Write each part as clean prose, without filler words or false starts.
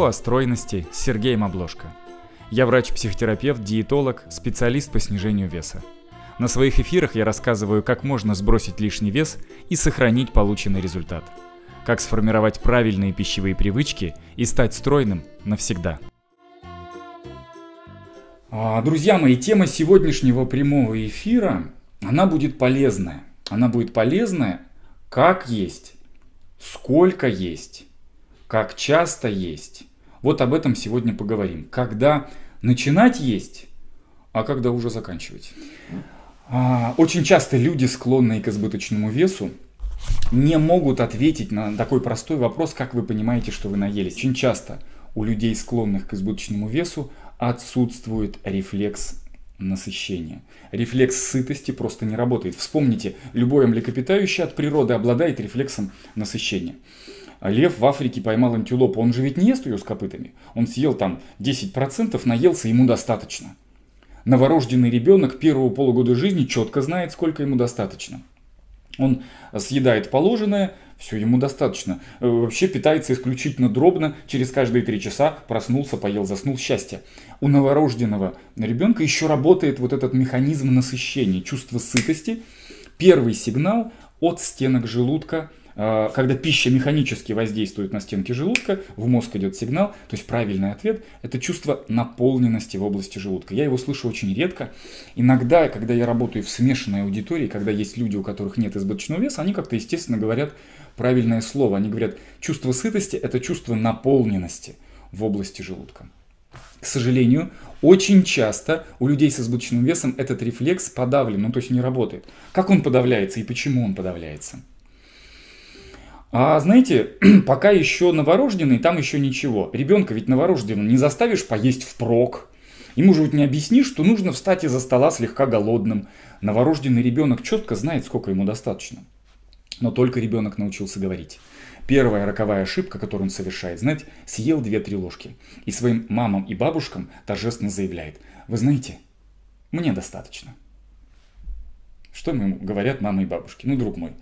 Инфо о стройности с Сергеем Обложко. Я врач-психотерапевт, диетолог, специалист по снижению веса. На своих эфирах я рассказываю, как можно сбросить лишний вес и сохранить полученный результат. Как сформировать правильные пищевые привычки и стать стройным навсегда. Друзья мои, тема сегодняшнего прямого эфира, она будет полезная. Она будет полезная, как есть, сколько есть, как часто есть. Вот об этом сегодня поговорим. Когда начинать есть, а когда уже заканчивать. Очень часто люди, склонные к избыточному весу, не могут ответить на такой простой вопрос, как вы понимаете, что вы наелись. Очень часто у людей, склонных к избыточному весу, отсутствует рефлекс насыщения. Рефлекс сытости просто не работает. Вспомните, любое млекопитающее от природы обладает рефлексом насыщения. Лев в Африке поймал антилопу, он же ведь не ест ее с копытами. Он съел там 10%, наелся, ему достаточно. Новорожденный ребенок первого полугода жизни четко знает, сколько ему достаточно. Он съедает положенное, все, ему достаточно. Вообще питается исключительно дробно, через каждые 3 часа проснулся, поел, заснул, счастье. У новорожденного ребенка еще работает вот этот механизм насыщения, чувство сытости. Первый сигнал от стенок желудка. Когда пища механически воздействует на стенки желудка, в мозг идет сигнал, то есть правильный ответ – это чувство наполненности в области желудка. Я его слышу очень редко. Иногда, когда я работаю в смешанной аудитории, когда есть люди, у которых нет избыточного веса, они как-то естественно говорят правильное слово. Они говорят, чувство сытости – это чувство наполненности в области желудка. К сожалению, очень часто у людей с избыточным весом этот рефлекс подавлен, то есть не работает. Как он подавляется и почему он подавляется? Знаете, пока еще новорожденный, там еще ничего. Ребенка ведь новорожденного не заставишь поесть впрок. Ему же ведь не объяснишь, что нужно встать из-за стола слегка голодным. Новорожденный ребенок четко знает, сколько ему достаточно. Но только ребенок научился говорить. Первая роковая ошибка, которую он совершает, знаете, съел 2-3 ложки. И своим мамам и бабушкам торжественно заявляет: вы знаете, мне достаточно. Что ему говорят мамы и бабушки? Друг мой,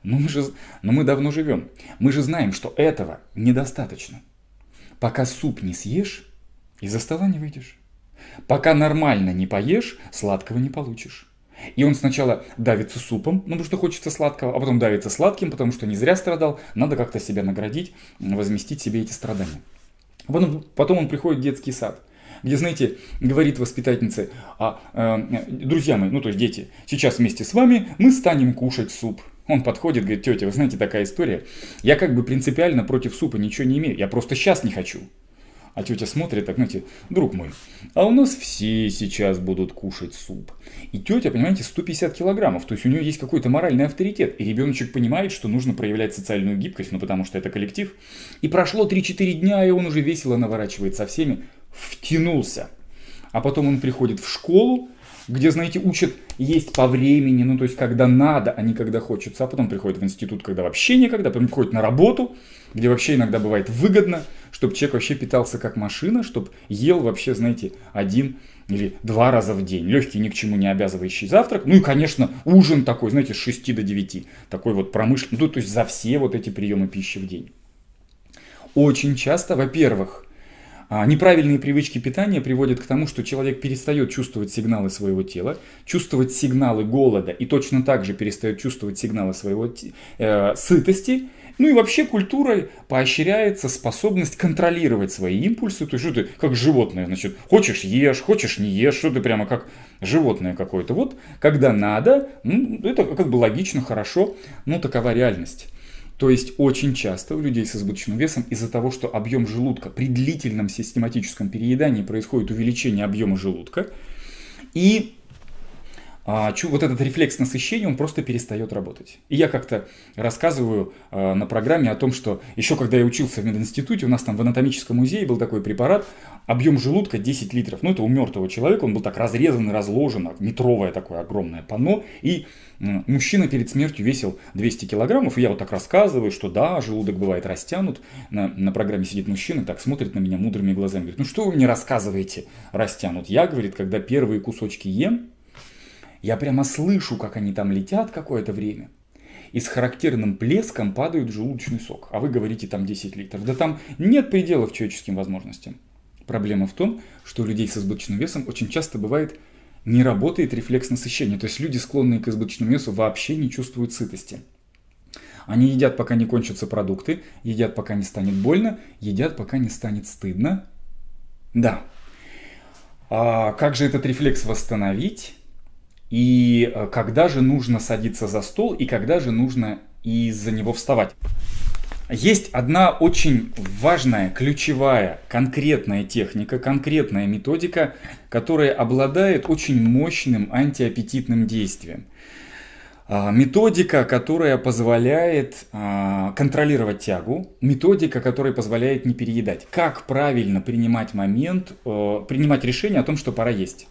мы давно живем. Мы же знаем, что этого недостаточно. Пока суп не съешь, из-за стола не выйдешь. Пока нормально не поешь, сладкого не получишь. И он сначала давится супом, потому что хочется сладкого, а потом давится сладким, потому что не зря страдал, надо как-то себя наградить, возместить себе эти страдания. Потом он приходит в детский сад, где, знаете, говорит воспитательнице: друзья мои, то есть дети, сейчас вместе с вами мы станем кушать суп. Он подходит, говорит: тетя, вы знаете, такая история. Я как бы принципиально против супа ничего не имею. Я просто сейчас не хочу. А тетя смотрит, так, знаете: друг мой, у нас все сейчас будут кушать суп. И тетя, понимаете, 150 килограммов. То есть у нее есть какой-то моральный авторитет. И ребеночек понимает, что нужно проявлять социальную гибкость, потому что это коллектив. И прошло 3-4 дня, и он уже весело наворачивает со всеми. Втянулся. А потом он приходит в школу, где, знаете, учат есть по времени, то есть когда надо, а не когда хочется. А потом приходит в институт, когда вообще некогда, потом приходит на работу, где вообще иногда бывает выгодно, чтобы человек вообще питался как машина, чтобы ел вообще, знаете, 1 или 2 раза в день. Легкий, ни к чему не обязывающий завтрак. И, конечно, ужин такой, знаете, с 6 до 9. Такой вот промышленный, то есть за все вот эти приемы пищи в день. Очень часто, во-первых, неправильные привычки питания приводят к тому, что человек перестает чувствовать сигналы своего тела, чувствовать сигналы голода и точно так же перестает чувствовать сигналы своего сытости. И вообще культурой поощряется способность контролировать свои импульсы. То есть что ты как животное, значит, хочешь ешь, хочешь не ешь, что ты прямо как животное какое-то. Вот когда надо, это как бы логично, хорошо, но такова реальность. То есть очень часто у людей с избыточным весом из-за того, что объем желудка при длительном систематическом переедании происходит увеличение объема желудка, и вот этот рефлекс насыщения, он просто перестает работать. И я как-то рассказываю на программе о том, что еще когда я учился в мединституте, у нас там в анатомическом музее был такой препарат, объем желудка 10 литров. Это у мертвого человека, он был так разрезан и разложен, метровое такое огромное панно. И мужчина перед смертью весил 200 килограммов, и я вот так рассказываю, что да, желудок бывает растянут. На программе сидит мужчина, так смотрит на меня мудрыми глазами, говорит: что вы мне рассказываете, растянут? Я, говорит, когда первые кусочки ем, я прямо слышу, как они там летят какое-то время. и с характерным плеском падают в желудочный сок. А вы говорите там 10 литров. Да там нет пределов человеческим возможностям. Проблема в том, что у людей с избыточным весом очень часто бывает не работает рефлекс насыщения. То есть люди, склонные к избыточному весу, вообще не чувствуют сытости. Они едят, пока не кончатся продукты, едят, пока не станет больно, едят, пока не станет стыдно. Да. А как же этот рефлекс восстановить? И когда же нужно садиться за стол, и когда же нужно из-за него вставать? Есть одна очень важная, ключевая, конкретная техника, конкретная методика, которая обладает очень мощным антиаппетитным действием. Методика, которая позволяет контролировать тягу, методика, которая позволяет не переедать. Как правильно принимать решение о том, что пора есть.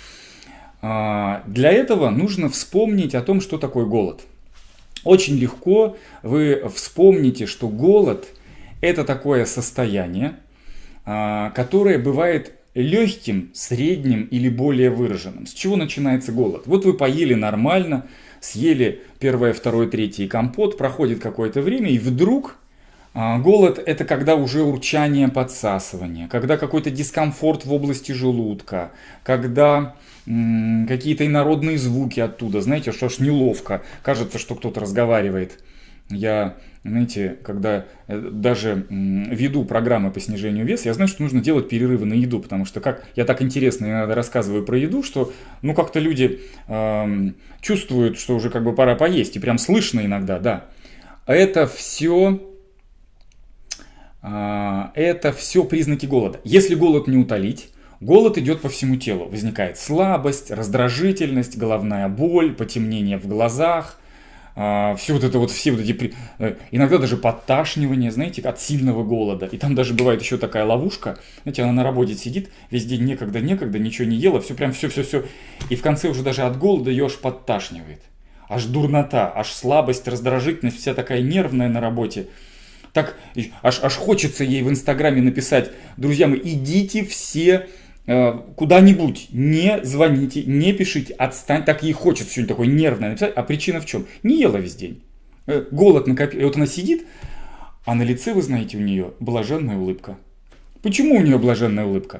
Для этого нужно вспомнить о том, что такое голод. Очень легко вы вспомните, что голод – это такое состояние, которое бывает легким, средним или более выраженным. С чего начинается голод? Вот вы поели нормально, съели первое, второе, третье компот, проходит какое-то время, и вдруг голод – это когда уже урчание, подсасывание, когда какой-то дискомфорт в области желудка, когда какие-то инородные звуки оттуда, знаете, что аж неловко, кажется, что кто-то разговаривает. Я, знаете, когда даже веду программы по снижению веса, я знаю, что нужно делать перерывы на еду, потому что я так интересно иногда рассказываю про еду, что как-то люди чувствуют, что уже пора поесть, и прям слышно иногда, да. Это все признаки голода. Если голод не утолить, голод идет по всему телу. Возникает слабость, раздражительность, головная боль, потемнение в глазах, иногда даже подташнивание, знаете, от сильного голода. И там даже бывает еще такая ловушка, знаете, она на работе сидит, весь день некогда, ничего не ела, все. И в конце уже даже от голода ее аж подташнивает. Аж дурнота, аж слабость, раздражительность, вся такая нервная на работе. Так аж хочется ей в Инстаграме написать: друзья мои, идите все куда-нибудь, не звоните, не пишите, отстань. Так ей хочется сегодня такое нервное написать. А причина в чем? Не ела весь день. Голод накопил. И вот она сидит, а на лице, вы знаете, у нее блаженная улыбка. Почему у нее блаженная улыбка?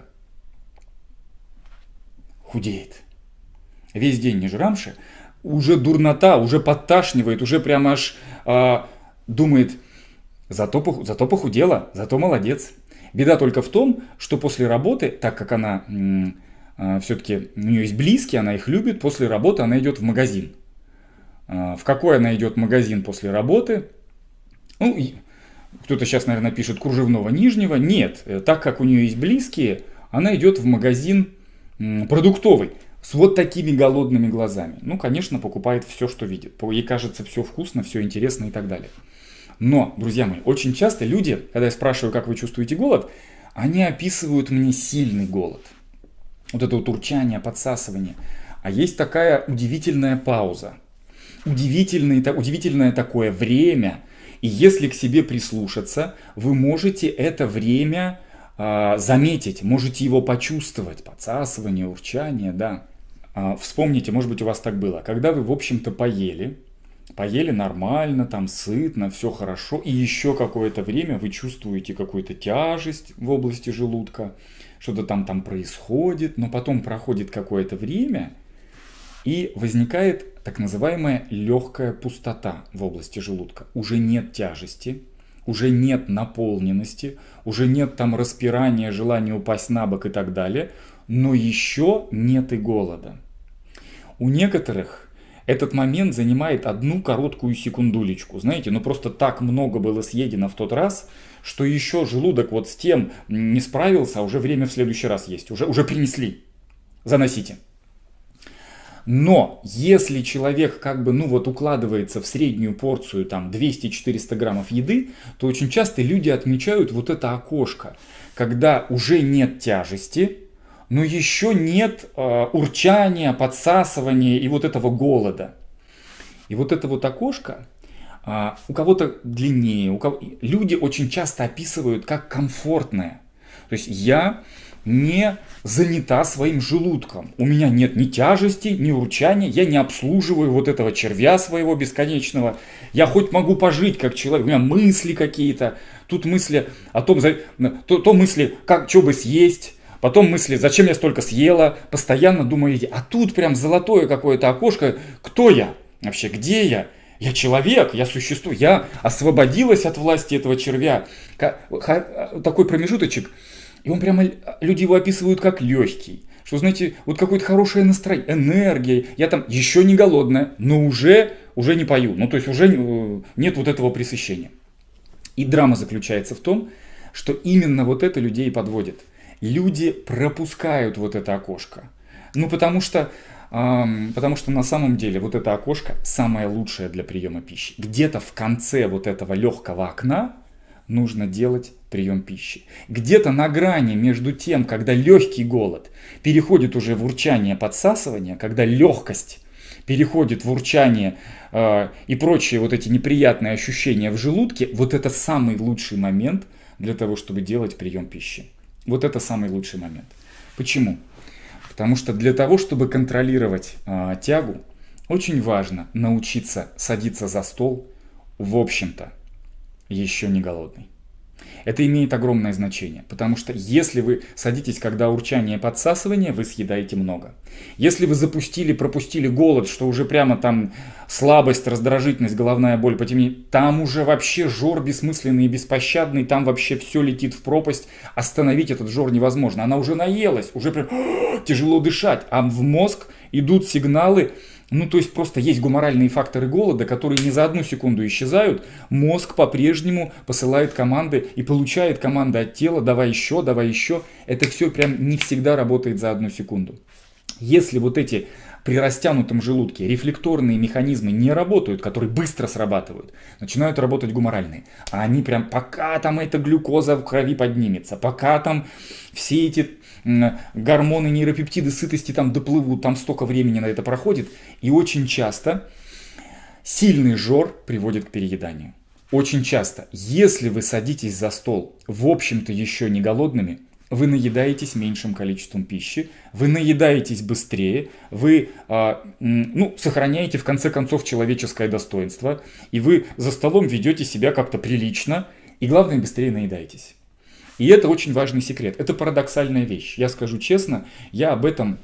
Худеет. Весь день не жрамши, уже дурнота, уже подташнивает, уже прямо аж думает: зато похудела, зато молодец. Беда только в том, что после работы, так как она все-таки, у нее есть близкие, она их любит, после работы она идет в магазин. В какой она идет магазин после работы? Кто-то сейчас, наверное, пишет кружевного нижнего. Нет, так как у нее есть близкие, она идет в магазин продуктовый с вот такими голодными глазами. Конечно, покупает все, что видит. Ей кажется все вкусно, все интересно и так далее. Но, друзья мои, очень часто люди, когда я спрашиваю, как вы чувствуете голод, они описывают мне сильный голод. Вот это вот урчание, подсасывание. А есть такая удивительная пауза. Удивительное такое время. И если к себе прислушаться, вы можете это время заметить, можете его почувствовать. Подсасывание, урчание, да. Вспомните, может быть, у вас так было. Когда вы, в общем-то, поели нормально, там сытно, все хорошо, и еще какое-то время вы чувствуете какую-то тяжесть в области желудка, что-то там происходит, но потом проходит какое-то время, и возникает так называемая легкая пустота в области желудка. Уже нет тяжести, уже нет наполненности, уже нет там распирания, желания упасть на бок и так далее, но еще нет и голода. У некоторых этот момент занимает одну короткую секундулечку. Знаете, просто так много было съедено в тот раз, что еще желудок вот с тем не справился, а уже время в следующий раз есть. Уже принесли. Заносите. Но если человек укладывается в среднюю порцию 200-400 граммов еды, то очень часто люди отмечают вот это окошко, когда уже нет тяжести, но еще нет урчания, подсасывания и вот этого голода. И вот это вот окошко у кого-то длиннее, люди очень часто описывают как комфортное. То есть я не занята своим желудком. У меня нет ни тяжести, ни урчания, я не обслуживаю вот этого червя своего бесконечного. Я хоть могу пожить как человек, у меня мысли какие-то. Тут мысли о том, то мысли, как, что бы съесть. Потом мысли, зачем я столько съела, постоянно думаю, а тут прям золотое какое-то окошко. Кто я? Вообще, где я? Я человек, я существую, я освободилась от власти этого червя. Такой промежуточек. И он прямо, люди его описывают как легкий. Что, знаете, вот какое-то хорошее настроение, энергия. Я там еще не голодная, но уже не пою. Ну, то есть уже нет вот этого пресыщения. И драма заключается в том, что именно вот это людей подводит. Люди пропускают вот это окошко. Ну, потому что на самом деле вот это окошко самое лучшее для приема пищи. Где-то в конце вот этого легкого окна нужно делать прием пищи. Где-то на грани между тем, когда легкий голод переходит уже в урчание, подсасывание, когда легкость переходит в урчание и прочие вот эти неприятные ощущения в желудке, вот это самый лучший момент для того, чтобы делать прием пищи. Вот это самый лучший момент. Почему? Потому что для того, чтобы контролировать тягу, очень важно научиться садиться за стол, в общем-то, еще не голодный. Это имеет огромное значение, потому что если вы садитесь, когда урчание и подсасывание, вы съедаете много. Если вы пропустили голод, что уже прямо там слабость, раздражительность, головная боль, потемнее, там уже вообще жор бессмысленный и беспощадный, там вообще все летит в пропасть, остановить этот жор невозможно. Она уже наелась, уже прям тяжело дышать, а в мозг идут сигналы. Ну, то есть просто есть гуморальные факторы голода, которые не за одну секунду исчезают. Мозг по-прежнему посылает команды и получает команды от тела: давай еще, давай еще. Это все прям не всегда работает за одну секунду. Если вот эти при растянутом желудке рефлекторные механизмы не работают, которые быстро срабатывают, начинают работать гуморальные. А они прям, пока там эта глюкоза в крови поднимется, пока там все эти гормоны, нейропептиды сытости там доплывут, там столько времени на это проходит. И очень часто сильный жор приводит к перееданию. Очень часто, если вы садитесь за стол, в общем-то еще не голодными, вы наедаетесь меньшим количеством пищи, вы наедаетесь быстрее, вы сохраняете в конце концов человеческое достоинство, и вы за столом ведете себя как-то прилично, и главное, быстрее наедаетесь. И это очень важный секрет. Это парадоксальная вещь. Я скажу честно, я об этом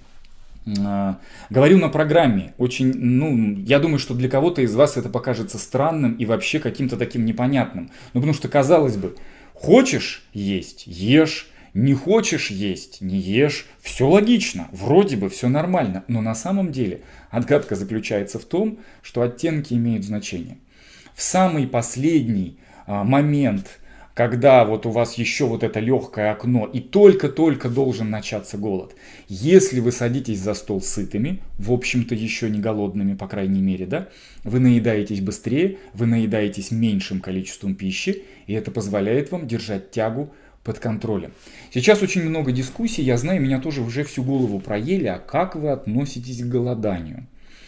говорю на программе. Я думаю, что для кого-то из вас это покажется странным и вообще каким-то таким непонятным. Ну, потому что, казалось бы, хочешь есть — ешь, не хочешь есть — не ешь. Все логично, вроде бы все нормально. Но на самом деле отгадка заключается в том, что оттенки имеют значение. В самый последний момент, когда вот у вас еще вот это легкое окно и только-только должен начаться голод, если вы садитесь за стол сытыми, в общем-то еще не голодными, по крайней мере, да, вы наедаетесь быстрее, вы наедаетесь меньшим количеством пищи, и это позволяет вам держать тягу под контролем. Сейчас очень много дискуссий, я знаю, меня тоже уже всю голову проели, а как вы относитесь к голоданию?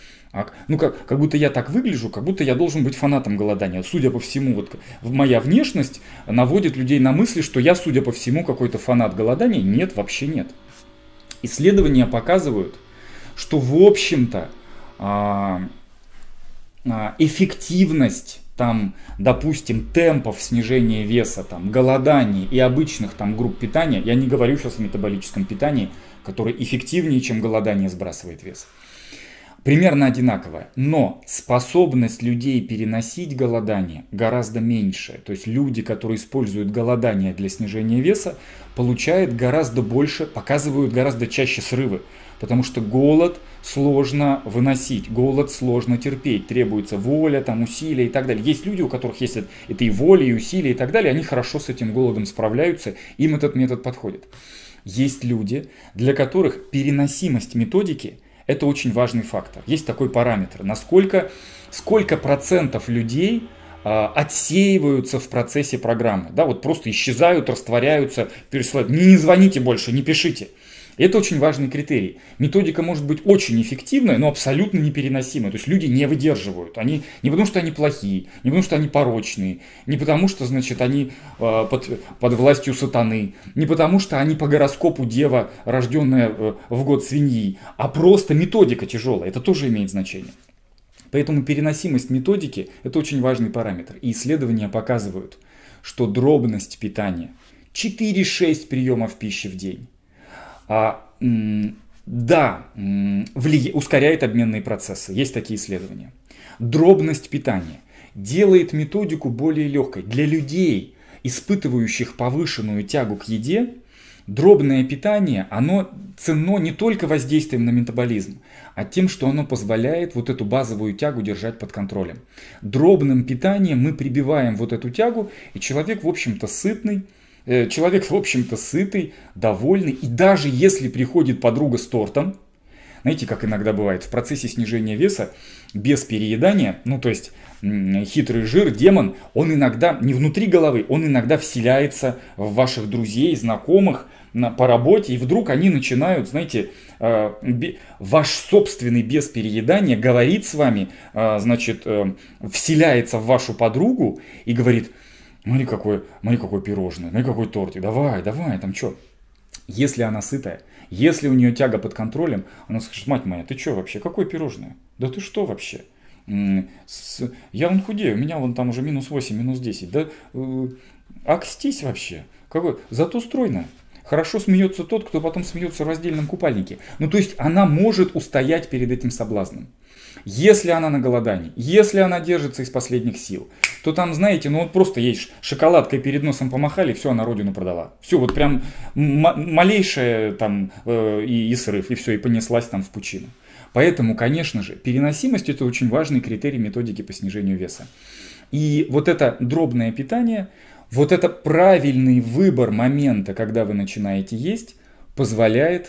Как будто я так выгляжу, как будто я должен быть фанатом голодания. Судя по всему, вот моя внешность наводит людей на мысли, что я, судя по всему, какой-то фанат голодания. Нет, вообще нет. Исследования показывают, что, в общем-то, эффективность, там, допустим, темпов снижения веса, там, голодания и обычных там групп питания, я не говорю сейчас о метаболическом питании, которое эффективнее, чем голодание, сбрасывает вес, примерно одинаковая, но способность людей переносить голодание гораздо меньше. То есть люди, которые используют голодание для снижения веса, получают гораздо больше, показывают гораздо чаще срывы. Потому что голод сложно выносить, голод сложно терпеть, требуется воля, там, усилия и так далее. Есть люди, у которых есть это и воля, и усилия и так далее, они хорошо с этим голодом справляются, им этот метод подходит. Есть люди, для которых переносимость методики — это очень важный фактор. Есть такой параметр, сколько процентов людей отсеиваются в процессе программы. Да, вот просто исчезают, растворяются, пересылают. Не звоните больше, не пишите. Это очень важный критерий. Методика может быть очень эффективная, но абсолютно непереносимая. То есть люди не выдерживают. Они не потому, что они плохие, не потому, что они порочные, не потому, что, значит, они под властью сатаны, не потому, что они по гороскопу дева, рожденная в год свиньи, а просто методика тяжелая. Это тоже имеет значение. Поэтому переносимость методики – это очень важный параметр. И исследования показывают, что дробность питания 4-6 приемов пищи в день. Ускоряет обменные процессы. Есть такие исследования. Дробность питания делает методику более легкой. Для людей, испытывающих повышенную тягу к еде, дробное питание, оно ценно не только воздействием на метаболизм, а тем, что оно позволяет вот эту базовую тягу держать под контролем. Дробным питанием мы прибиваем вот эту тягу, и человек, в общем-то, сытый, довольный. И даже если приходит подруга с тортом, знаете, как иногда бывает, в процессе снижения веса, без переедания, то есть хитрый жир, демон, он иногда, не внутри головы, он иногда вселяется в ваших друзей, знакомых по работе, и вдруг они начинают, знаете, ваш собственный без переедания говорит с вами, вселяется в вашу подругу и говорит: смотри, какое пирожное, смотри, какой тортик, давай, там что? Если она сытая, если у нее тяга под контролем, она скажет: мать моя, ты что вообще, какое пирожное? Да ты что вообще? Я вон худею, у меня вон там уже -8, -10, да? Акстись вообще, зато стройная. Хорошо смеется тот, кто потом смеется в раздельном купальнике. То есть она может устоять перед этим соблазном. Если она на голодании, если она держится из последних сил, то там, знаете, просто ей шоколадкой перед носом помахали, все, она родину продала. Все, вот прям малейшее там и срыв, и все, и понеслась там в пучину. Поэтому, конечно же, переносимость – это очень важный критерий методики по снижению веса. И вот это дробное питание, вот это правильный выбор момента, когда вы начинаете есть, позволяет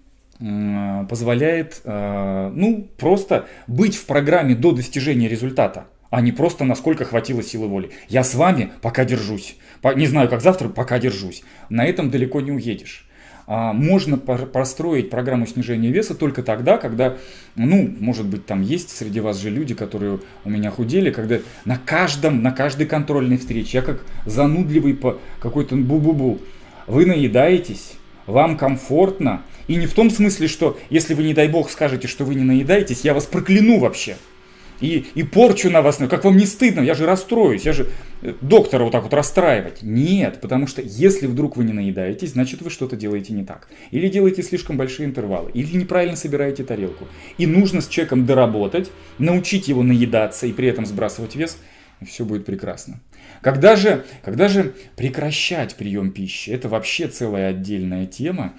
просто быть в программе до достижения результата, а не просто насколько хватило силы воли. Я с вами пока держусь. Не знаю, как завтра, пока держусь. На этом далеко не уедешь. Можно построить программу снижения веса только тогда, когда, может быть, там есть среди вас же люди, которые у меня худели, когда на каждой контрольной встрече я как занудливый какой-то бу-бу-бу. Вы наедаетесь, вам комфортно, и не в том смысле, что если вы, не дай бог, скажете, что вы не наедаетесь, я вас прокляну вообще. И порчу на вас, как вам не стыдно, я же расстроюсь, я же доктора вот так вот расстраивать. Нет, потому что если вдруг вы не наедаетесь, значит вы что-то делаете не так. Или делаете слишком большие интервалы, или неправильно собираете тарелку. И нужно с человеком доработать, научить его наедаться и при этом сбрасывать вес, и все будет прекрасно. Когда же прекращать прием пищи? Это вообще целая отдельная тема.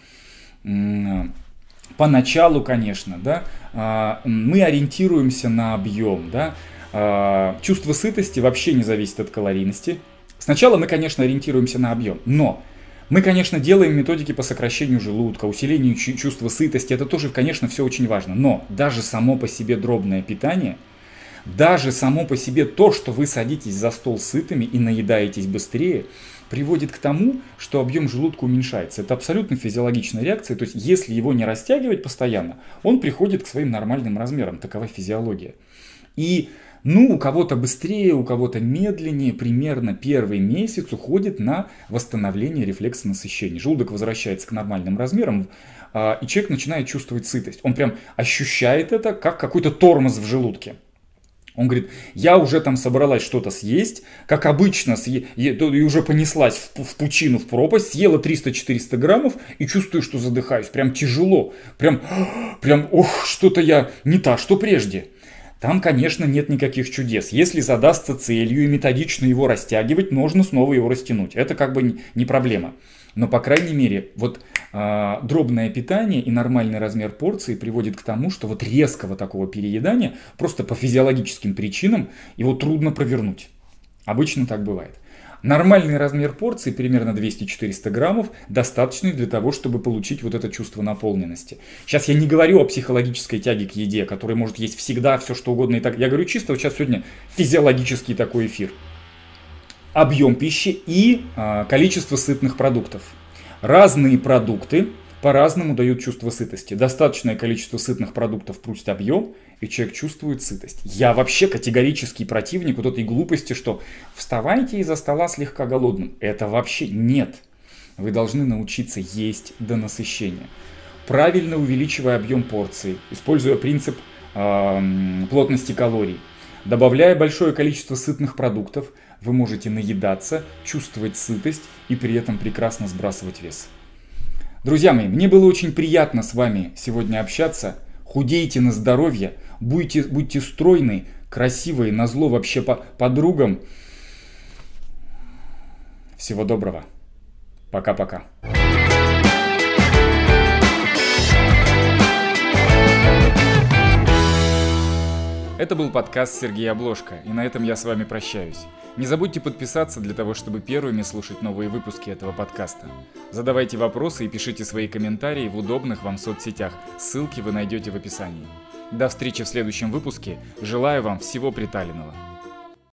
Поначалу, конечно, да, мы ориентируемся на объем, да. Чувство сытости вообще не зависит от калорийности. Сначала мы, конечно, ориентируемся на объем, но мы, конечно, делаем методики по сокращению желудка, усилению чувства сытости. Это тоже, конечно, все очень важно. Но даже само по себе дробное питание, даже само по себе то, что вы садитесь за стол сытыми и наедаетесь быстрее, приводит к тому, что объем желудка уменьшается. Это абсолютно физиологичная реакция. То есть, если его не растягивать постоянно, он приходит к своим нормальным размерам. Такова физиология. И у кого-то быстрее, у кого-то медленнее, примерно первый месяц уходит на восстановление рефлекса насыщения. Желудок возвращается к нормальным размерам, и человек начинает чувствовать сытость. Он прям ощущает это как какой-то тормоз в желудке. Он говорит: я уже там собралась что-то съесть, как обычно, и уже понеслась в пучину, в пропасть, съела 300-400 граммов и чувствую, что задыхаюсь. Прям тяжело, прям, что-то я не та, что прежде. Там, конечно, нет никаких чудес. Если задастся целью и методично его растягивать, нужно снова его растянуть. Это как бы не проблема. Но, по крайней мере, дробное питание и нормальный размер порции приводит к тому, что резкого такого переедания просто по физиологическим причинам его трудно провернуть. Обычно так бывает. Нормальный размер порции, примерно 200-400 граммов, достаточный для того, чтобы получить вот это чувство наполненности. Сейчас я не говорю о психологической тяге к еде, которая может есть всегда, все что угодно и так. Я говорю чисто, сейчас сегодня физиологический такой эфир. Объем пищи и количество сытных продуктов. Разные продукты по-разному дают чувство сытости. Достаточное количество сытных продуктов пусть объем, и человек чувствует сытость. Я вообще категорический противник вот этой глупости, что вставайте из-за стола слегка голодным. Это вообще нет. Вы должны научиться есть до насыщения. Правильно увеличивая объем порции, используя принцип плотности калорий. Добавляя большое количество сытных продуктов, вы можете наедаться, чувствовать сытость и при этом прекрасно сбрасывать вес. Друзья мои, мне было очень приятно с вами сегодня общаться. Худейте на здоровье, будьте стройны, красивые, назло вообще подругам. Всего доброго. Пока-пока. Это был подкаст Сергея Обложка, и на этом я с вами прощаюсь. Не забудьте подписаться для того, чтобы первыми слушать новые выпуски этого подкаста. Задавайте вопросы и пишите свои комментарии в удобных вам соцсетях. Ссылки вы найдете в описании. До встречи в следующем выпуске. Желаю вам всего приталенного.